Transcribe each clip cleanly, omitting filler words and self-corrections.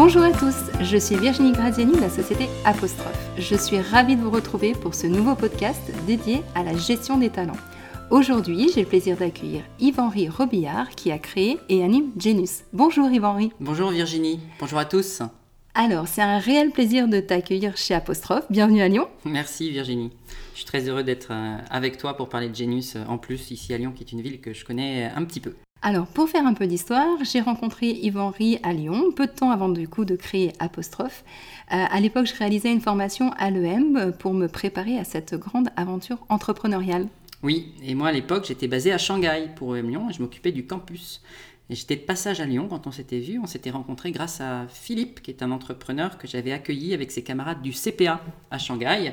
Bonjour à tous, je suis Virginie Graziani de la société Apostrophe. Je suis ravie de vous retrouver pour ce nouveau podcast dédié à la gestion des talents. Aujourd'hui, j'ai le plaisir d'accueillir Yves-Henri Robillard qui a créé et anime Genus. Bonjour Yves-Henri. Bonjour Virginie, bonjour à tous. Alors, c'est un réel plaisir de t'accueillir chez Apostrophe. Bienvenue à Lyon. Merci Virginie. Je suis très heureux d'être avec toi pour parler de Genus, en plus ici à Lyon, qui est une ville que je connais un petit peu. Alors, pour faire un peu d'histoire, j'ai rencontré Yves-Henri à Lyon, peu de temps avant de créer Apostrophe. À l'époque, je réalisais une formation à l'EM pour me préparer à cette grande aventure entrepreneuriale. Oui, et moi à l'époque, j'étais basée à Shanghai pour EM Lyon et je m'occupais du campus. Et j'étais de passage à Lyon quand on s'était vus. On s'était rencontrés grâce à Philippe, qui est un entrepreneur que j'avais accueilli avec ses camarades du CPA à Shanghai.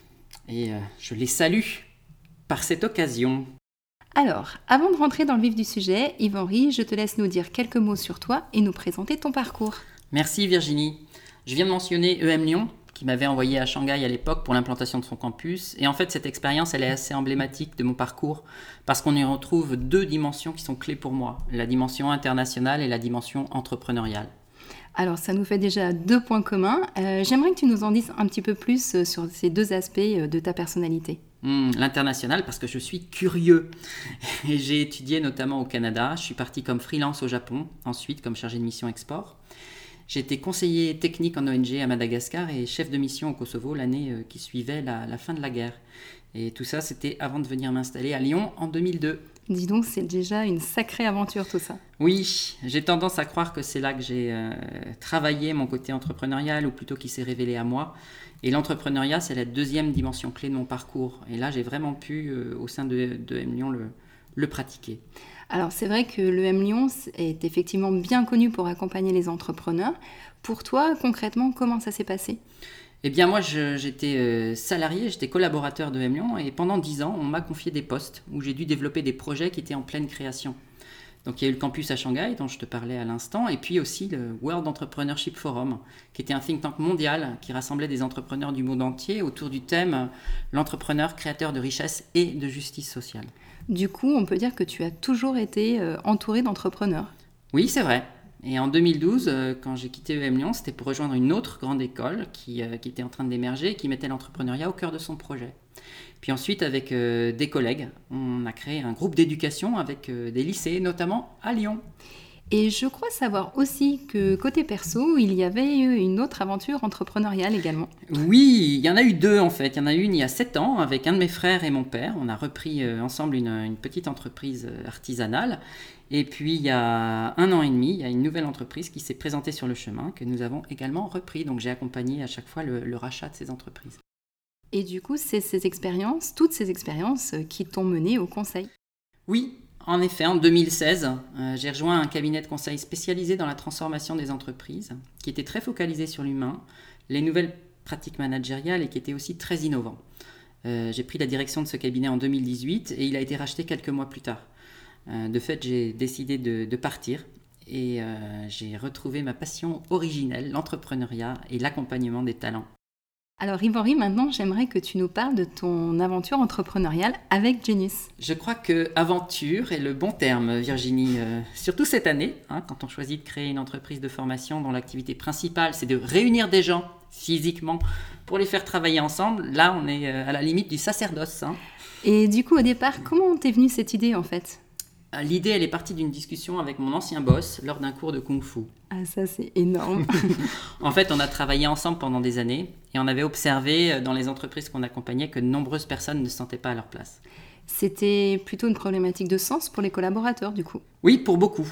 Et je les salue par cette occasion. Alors, avant de rentrer dans le vif du sujet, Yves-Henri, je te laisse nous dire quelques mots sur toi et nous présenter ton parcours. Merci Virginie. Je viens de mentionner EM Lyon, qui m'avait envoyé à Shanghai à l'époque pour l'implantation de son campus. Et en fait, cette expérience, elle est assez emblématique de mon parcours parce qu'on y retrouve deux dimensions qui sont clés pour moi, la dimension internationale et la dimension entrepreneuriale. Alors, ça nous fait déjà 2 points communs. J'aimerais que tu nous en dises un petit peu plus sur ces 2 aspects de ta personnalité. L'international parce que je suis curieux et j'ai étudié notamment au Canada. Je suis parti comme freelance au Japon, ensuite comme chargé de mission export. J'ai été conseiller technique en ONG à Madagascar et chef de mission au Kosovo l'année qui suivait la fin de la guerre. Et tout ça, c'était avant de venir m'installer à Lyon en 2002. Dis donc, c'est déjà une sacrée aventure tout ça. Oui, j'ai tendance à croire que c'est là que j'ai travaillé mon côté entrepreneurial, ou plutôt qui s'est révélé à moi. Et l'entrepreneuriat, c'est la deuxième dimension clé de mon parcours. Et là, j'ai vraiment pu, au sein de EM Lyon, le pratiquer. Alors, c'est vrai que l'EM Lyon est effectivement bien connu pour accompagner les entrepreneurs. Pour toi, concrètement, comment ça s'est passé ? Eh bien, moi, j'étais salarié, j'étais collaborateur de EM Lyon et pendant 10 ans, on m'a confié des postes où j'ai dû développer des projets qui étaient en pleine création. Donc, il y a eu le campus à Shanghai, dont je te parlais à l'instant, et puis aussi le World Entrepreneurship Forum, qui était un think tank mondial qui rassemblait des entrepreneurs du monde entier autour du thème « L'entrepreneur créateur de richesse et de justice sociale ». Du coup, on peut dire que tu as toujours été entouré d'entrepreneurs. Oui, c'est vrai. Et en 2012, quand j'ai quitté EM Lyon, c'était pour rejoindre une autre grande école qui était en train d'émerger et qui mettait l'entrepreneuriat au cœur de son projet. Puis ensuite, avec des collègues, on a créé un groupe d'éducation avec des lycées, notamment à Lyon. Et je crois savoir aussi que côté perso, il y avait eu une autre aventure entrepreneuriale également. Oui, il y en a eu 2 en fait. Il y en a une il y a 7 ans avec un de mes frères et mon père. On a repris ensemble une petite entreprise artisanale. Et puis il y a 1 an et demi, il y a une nouvelle entreprise qui s'est présentée sur le chemin que nous avons également repris. Donc j'ai accompagné à chaque fois le rachat de ces entreprises. Et du coup, c'est toutes ces expériences qui t'ont mené au conseil. Oui, en effet, en 2016, j'ai rejoint un cabinet de conseil spécialisé dans la transformation des entreprises, qui était très focalisé sur l'humain, les nouvelles pratiques managériales et qui était aussi très innovant. J'ai pris la direction de ce cabinet en 2018 et il a été racheté quelques mois plus tard. De fait, j'ai décidé de partir et j'ai retrouvé ma passion originelle, l'entrepreneuriat et l'accompagnement des talents. Alors Yves-Henri, maintenant j'aimerais que tu nous parles de ton aventure entrepreneuriale avec Genus. Je crois que aventure est le bon terme, Virginie. Surtout cette année, quand on choisit de créer une entreprise de formation dont l'activité principale c'est de réunir des gens physiquement pour les faire travailler ensemble. Là, on est à la limite du sacerdoce. Et du coup, au départ, comment t'es venue cette idée en fait ? L'idée, elle est partie d'une discussion avec mon ancien boss lors d'un cours de kung-fu. Ah, ça c'est énorme. En fait, on a travaillé ensemble pendant des années et on avait observé dans les entreprises qu'on accompagnait que de nombreuses personnes ne se sentaient pas à leur place. C'était plutôt une problématique de sens pour les collaborateurs du coup. Oui, pour beaucoup.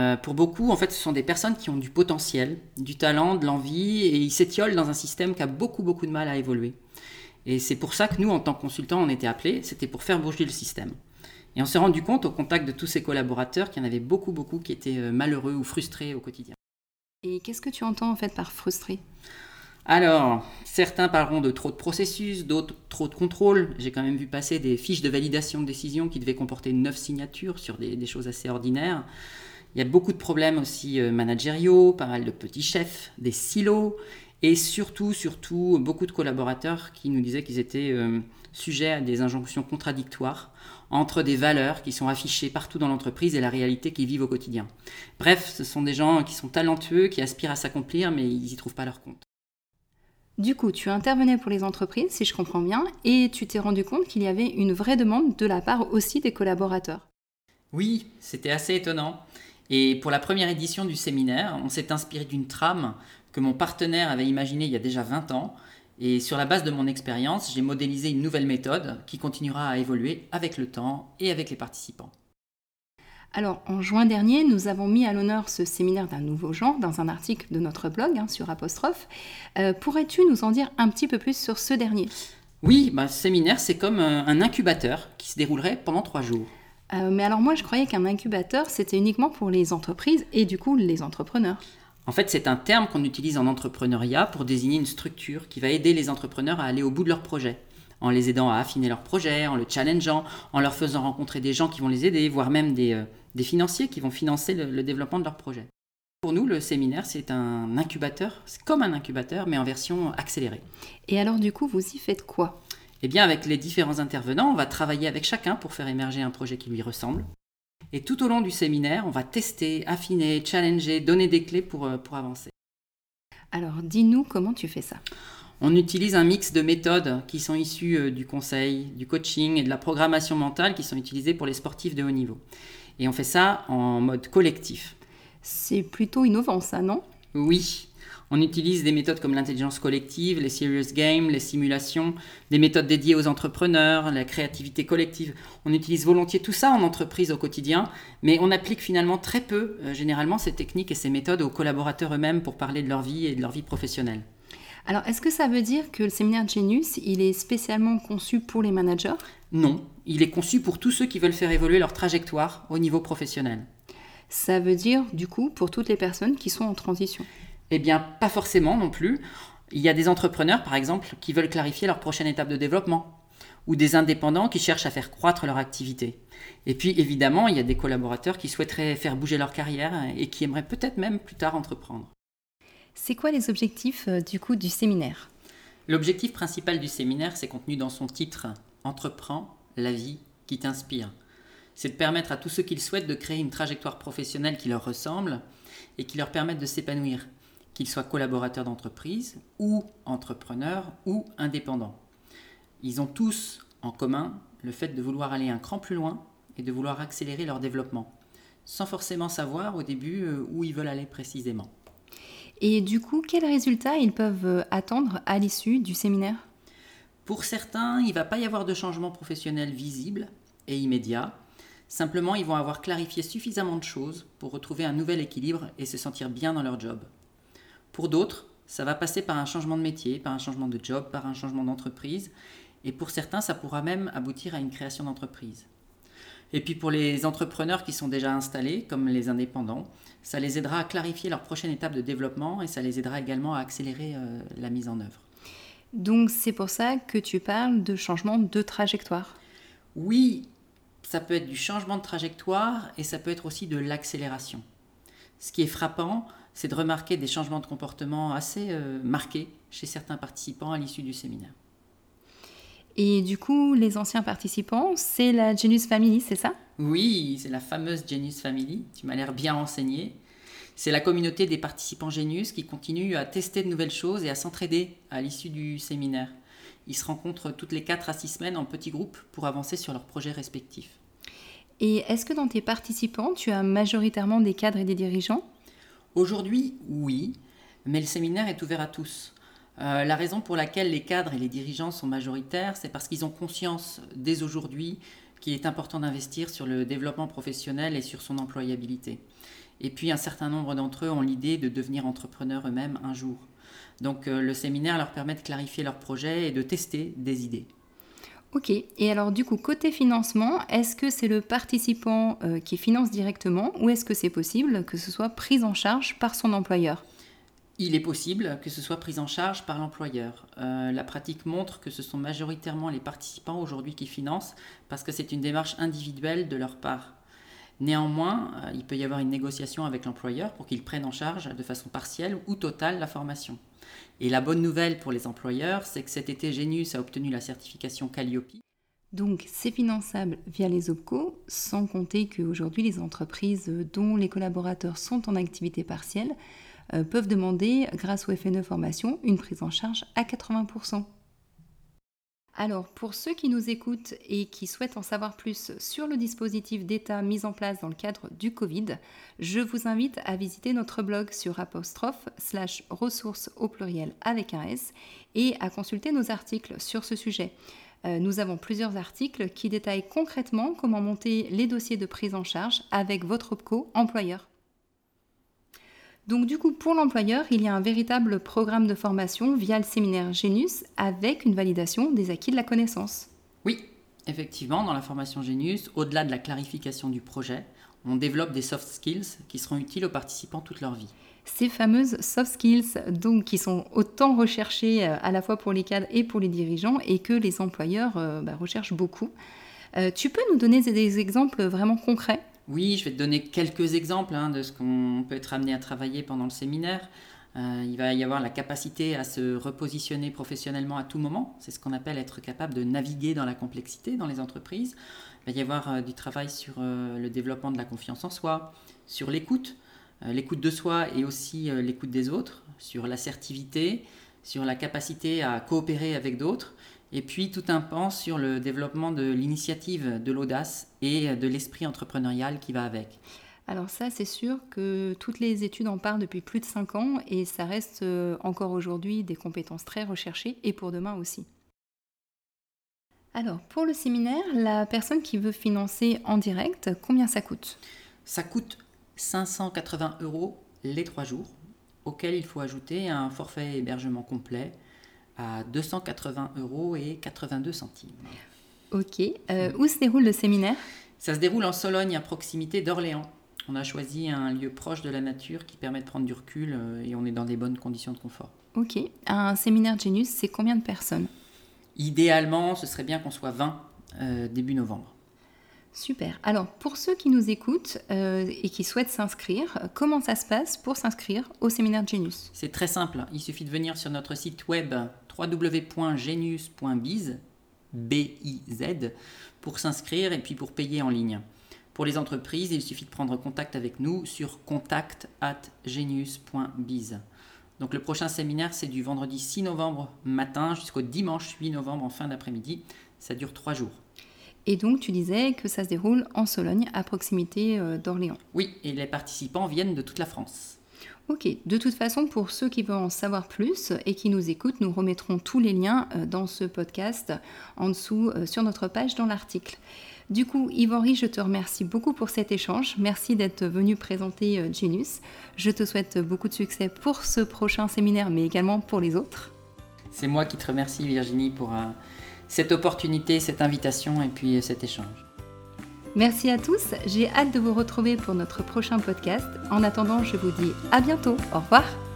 En fait, ce sont des personnes qui ont du potentiel, du talent, de l'envie et ils s'étiolent dans un système qui a beaucoup de mal à évoluer. Et c'est pour ça que nous, en tant que consultants, on était appelés, c'était pour faire bouger le système. Et on s'est rendu compte au contact de tous ces collaborateurs qu'il y en avait beaucoup qui étaient malheureux ou frustrés au quotidien. Et qu'est-ce que tu entends en fait par frustré ? Alors, certains parleront de trop de processus, d'autres trop de contrôle. J'ai quand même vu passer des fiches de validation de décision qui devaient comporter 9 signatures sur des choses assez ordinaires. Il y a beaucoup de problèmes aussi managériaux, pas mal de petits chefs, des silos, et surtout, beaucoup de collaborateurs qui nous disaient qu'ils étaient sujets à des injonctions contradictoires entre des valeurs qui sont affichées partout dans l'entreprise et la réalité qu'ils vivent au quotidien. Bref, ce sont des gens qui sont talentueux, qui aspirent à s'accomplir, mais ils n'y trouvent pas leur compte. Du coup, tu intervenais pour les entreprises, si je comprends bien, et tu t'es rendu compte qu'il y avait une vraie demande de la part aussi des collaborateurs. Oui, c'était assez étonnant. Et pour la première édition du séminaire, on s'est inspiré d'une trame que mon partenaire avait imaginée il y a déjà 20 ans. Et sur la base de mon expérience, j'ai modélisé une nouvelle méthode qui continuera à évoluer avec le temps et avec les participants. Alors, en juin dernier, nous avons mis à l'honneur ce séminaire d'un nouveau genre dans un article de notre blog sur Apostrophe. Pourrais-tu nous en dire un petit peu plus sur ce dernier ? Oui, ce séminaire, c'est comme un incubateur qui se déroulerait pendant 3 jours. Mais alors moi, je croyais qu'un incubateur, c'était uniquement pour les entreprises et du coup les entrepreneurs. En fait, c'est un terme qu'on utilise en entrepreneuriat pour désigner une structure qui va aider les entrepreneurs à aller au bout de leur projet, en les aidant à affiner leur projet, en le challengeant, en leur faisant rencontrer des gens qui vont les aider, voire même des financiers qui vont financer le développement de leur projet. Pour nous, le séminaire, c'est un incubateur, c'est comme un incubateur, mais en version accélérée. Et alors du coup, vous y faites quoi ? Eh bien, avec les différents intervenants, on va travailler avec chacun pour faire émerger un projet qui lui ressemble. Et tout au long du séminaire, on va tester, affiner, challenger, donner des clés pour avancer. Alors dis-nous comment tu fais ça. On utilise un mix de méthodes qui sont issues du conseil, du coaching et de la programmation mentale qui sont utilisées pour les sportifs de haut niveau. Et on fait ça en mode collectif. C'est plutôt innovant ça, non ? Oui, on utilise des méthodes comme l'intelligence collective, les serious games, les simulations, des méthodes dédiées aux entrepreneurs, la créativité collective. On utilise volontiers tout ça en entreprise au quotidien, mais on applique finalement très peu, généralement, ces techniques et ces méthodes aux collaborateurs eux-mêmes pour parler de leur vie et de leur vie professionnelle. Alors, est-ce que ça veut dire que le séminaire Genius, il est spécialement conçu pour les managers ? Non, il est conçu pour tous ceux qui veulent faire évoluer leur trajectoire au niveau professionnel. Ça veut dire, du coup, pour toutes les personnes qui sont en transition ? Eh bien, pas forcément non plus. Il y a des entrepreneurs, par exemple, qui veulent clarifier leur prochaine étape de développement, ou des indépendants qui cherchent à faire croître leur activité. Et puis, évidemment, il y a des collaborateurs qui souhaiteraient faire bouger leur carrière et qui aimeraient peut-être même plus tard entreprendre. C'est quoi les objectifs du séminaire ? L'objectif principal du séminaire, c'est contenu dans son titre « Entreprends la vie qui t'inspire ». C'est de permettre à tous ceux qui le souhaitent de créer une trajectoire professionnelle qui leur ressemble et qui leur permette de s'épanouir, qu'ils soient collaborateurs d'entreprise ou entrepreneurs ou indépendants. Ils ont tous en commun le fait de vouloir aller un cran plus loin et de vouloir accélérer leur développement, sans forcément savoir au début où ils veulent aller précisément. Et du coup, quels résultats ils peuvent attendre à l'issue du séminaire ? Pour certains, il ne va pas y avoir de changement professionnel visible et immédiat. Simplement, ils vont avoir clarifié suffisamment de choses pour retrouver un nouvel équilibre et se sentir bien dans leur job. Pour d'autres, ça va passer par un changement de métier, par un changement de job, par un changement d'entreprise. Et pour certains, ça pourra même aboutir à une création d'entreprise. Et puis pour les entrepreneurs qui sont déjà installés, comme les indépendants, ça les aidera à clarifier leur prochaine étape de développement et ça les aidera également à accélérer la mise en œuvre. Donc c'est pour ça que tu parles de changement de trajectoire. Oui, ça peut être du changement de trajectoire et ça peut être aussi de l'accélération. Ce qui est frappant, c'est de remarquer des changements de comportement assez marqués chez certains participants à l'issue du séminaire. Et du coup, les anciens participants, c'est la Genius Family, c'est ça ? Oui, c'est la fameuse Genius Family, tu m'as l'air bien renseigné. C'est la communauté des participants Genius qui continuent à tester de nouvelles choses et à s'entraider à l'issue du séminaire. Ils se rencontrent toutes les 4 à 6 semaines en petits groupes pour avancer sur leurs projets respectifs. Et est-ce que dans tes participants, tu as majoritairement des cadres et des dirigeants ? Aujourd'hui, oui, mais le séminaire est ouvert à tous. La raison pour laquelle les cadres et les dirigeants sont majoritaires, c'est parce qu'ils ont conscience dès aujourd'hui qu'il est important d'investir sur le développement professionnel et sur son employabilité. Et puis un certain nombre d'entre eux ont l'idée de devenir entrepreneurs eux-mêmes un jour. Donc le séminaire leur permet de clarifier leurs projets et de tester des idées. Ok, et alors du coup, côté financement, est-ce que c'est le participant qui finance directement ou est-ce que c'est possible que ce soit pris en charge par son employeur ? Il est possible que ce soit pris en charge par l'employeur. La pratique montre que ce sont majoritairement les participants aujourd'hui qui financent parce que c'est une démarche individuelle de leur part. Néanmoins, il peut y avoir une négociation avec l'employeur pour qu'il prenne en charge de façon partielle ou totale la formation. Et la bonne nouvelle pour les employeurs, c'est que cet été, Genius a obtenu la certification Calliope. Donc c'est finançable via les OPCO, sans compter qu'aujourd'hui les entreprises dont les collaborateurs sont en activité partielle peuvent demander, grâce au FNE Formation, une prise en charge à 80%. Alors, pour ceux qui nous écoutent et qui souhaitent en savoir plus sur le dispositif d'État mis en place dans le cadre du Covid, je vous invite à visiter notre blog sur /ressources au pluriel avec un S et à consulter nos articles sur ce sujet. Nous avons plusieurs articles qui détaillent concrètement comment monter les dossiers de prise en charge avec votre OPCO employeur. Donc du coup, pour l'employeur, il y a un véritable programme de formation via le séminaire Genius avec une validation des acquis de la connaissance. Oui, effectivement, dans la formation Genius, au-delà de la clarification du projet, on développe des soft skills qui seront utiles aux participants toute leur vie. Ces fameuses soft skills, donc, qui sont autant recherchées à la fois pour les cadres et pour les dirigeants et que les employeurs recherchent beaucoup. Tu peux nous donner des exemples vraiment concrets ? Oui, je vais te donner quelques exemples de ce qu'on peut être amené à travailler pendant le séminaire. Il va y avoir la capacité à se repositionner professionnellement à tout moment. C'est ce qu'on appelle être capable de naviguer dans la complexité dans les entreprises. Il va y avoir du travail sur le développement de la confiance en soi, sur l'écoute de soi et aussi l'écoute des autres, sur l'assertivité, sur la capacité à coopérer avec d'autres. Et puis tout un pan sur le développement de l'initiative, de l'audace et de l'esprit entrepreneurial qui va avec. Alors ça, c'est sûr que toutes les études en parlent depuis plus de 5 ans et ça reste encore aujourd'hui des compétences très recherchées et pour demain aussi. Alors, pour le séminaire, la personne qui veut financer en direct, combien ça coûte ? Ça coûte 580 € les 3 jours, auquel il faut ajouter un forfait hébergement complet à 280,82 €. Ok. Où se déroule le séminaire ? Ça se déroule en Sologne, à proximité d'Orléans. On a choisi un lieu proche de la nature qui permet de prendre du recul et on est dans des bonnes conditions de confort. Ok. Un séminaire Genius, c'est combien de personnes ? Idéalement, ce serait bien qu'on soit 20 début novembre. Super. Alors, pour ceux qui nous écoutent et qui souhaitent s'inscrire, comment ça se passe pour s'inscrire au séminaire Genius ? C'est très simple. Il suffit de venir sur notre site web www.genius.biz, B-I-Z, pour s'inscrire et puis pour payer en ligne. Pour les entreprises, il suffit de prendre contact avec nous sur contact@genius.biz. Donc le prochain séminaire, c'est du vendredi 6 novembre matin jusqu'au dimanche 8 novembre en fin d'après-midi. Ça dure 3 jours. Et donc, tu disais que ça se déroule en Sologne, à proximité d'Orléans. Oui, et les participants viennent de toute la France. Ok, de toute façon, pour ceux qui veulent en savoir plus et qui nous écoutent, nous remettrons tous les liens dans ce podcast en dessous sur notre page dans l'article. Du coup, Yves-Henri, je te remercie beaucoup pour cet échange. Merci d'être venu présenter Genius. Je te souhaite beaucoup de succès pour ce prochain séminaire, mais également pour les autres. C'est moi qui te remercie, Virginie, pour cette opportunité, cette invitation et puis cet échange. Merci à tous, j'ai hâte de vous retrouver pour notre prochain podcast. En attendant, je vous dis à bientôt. Au revoir.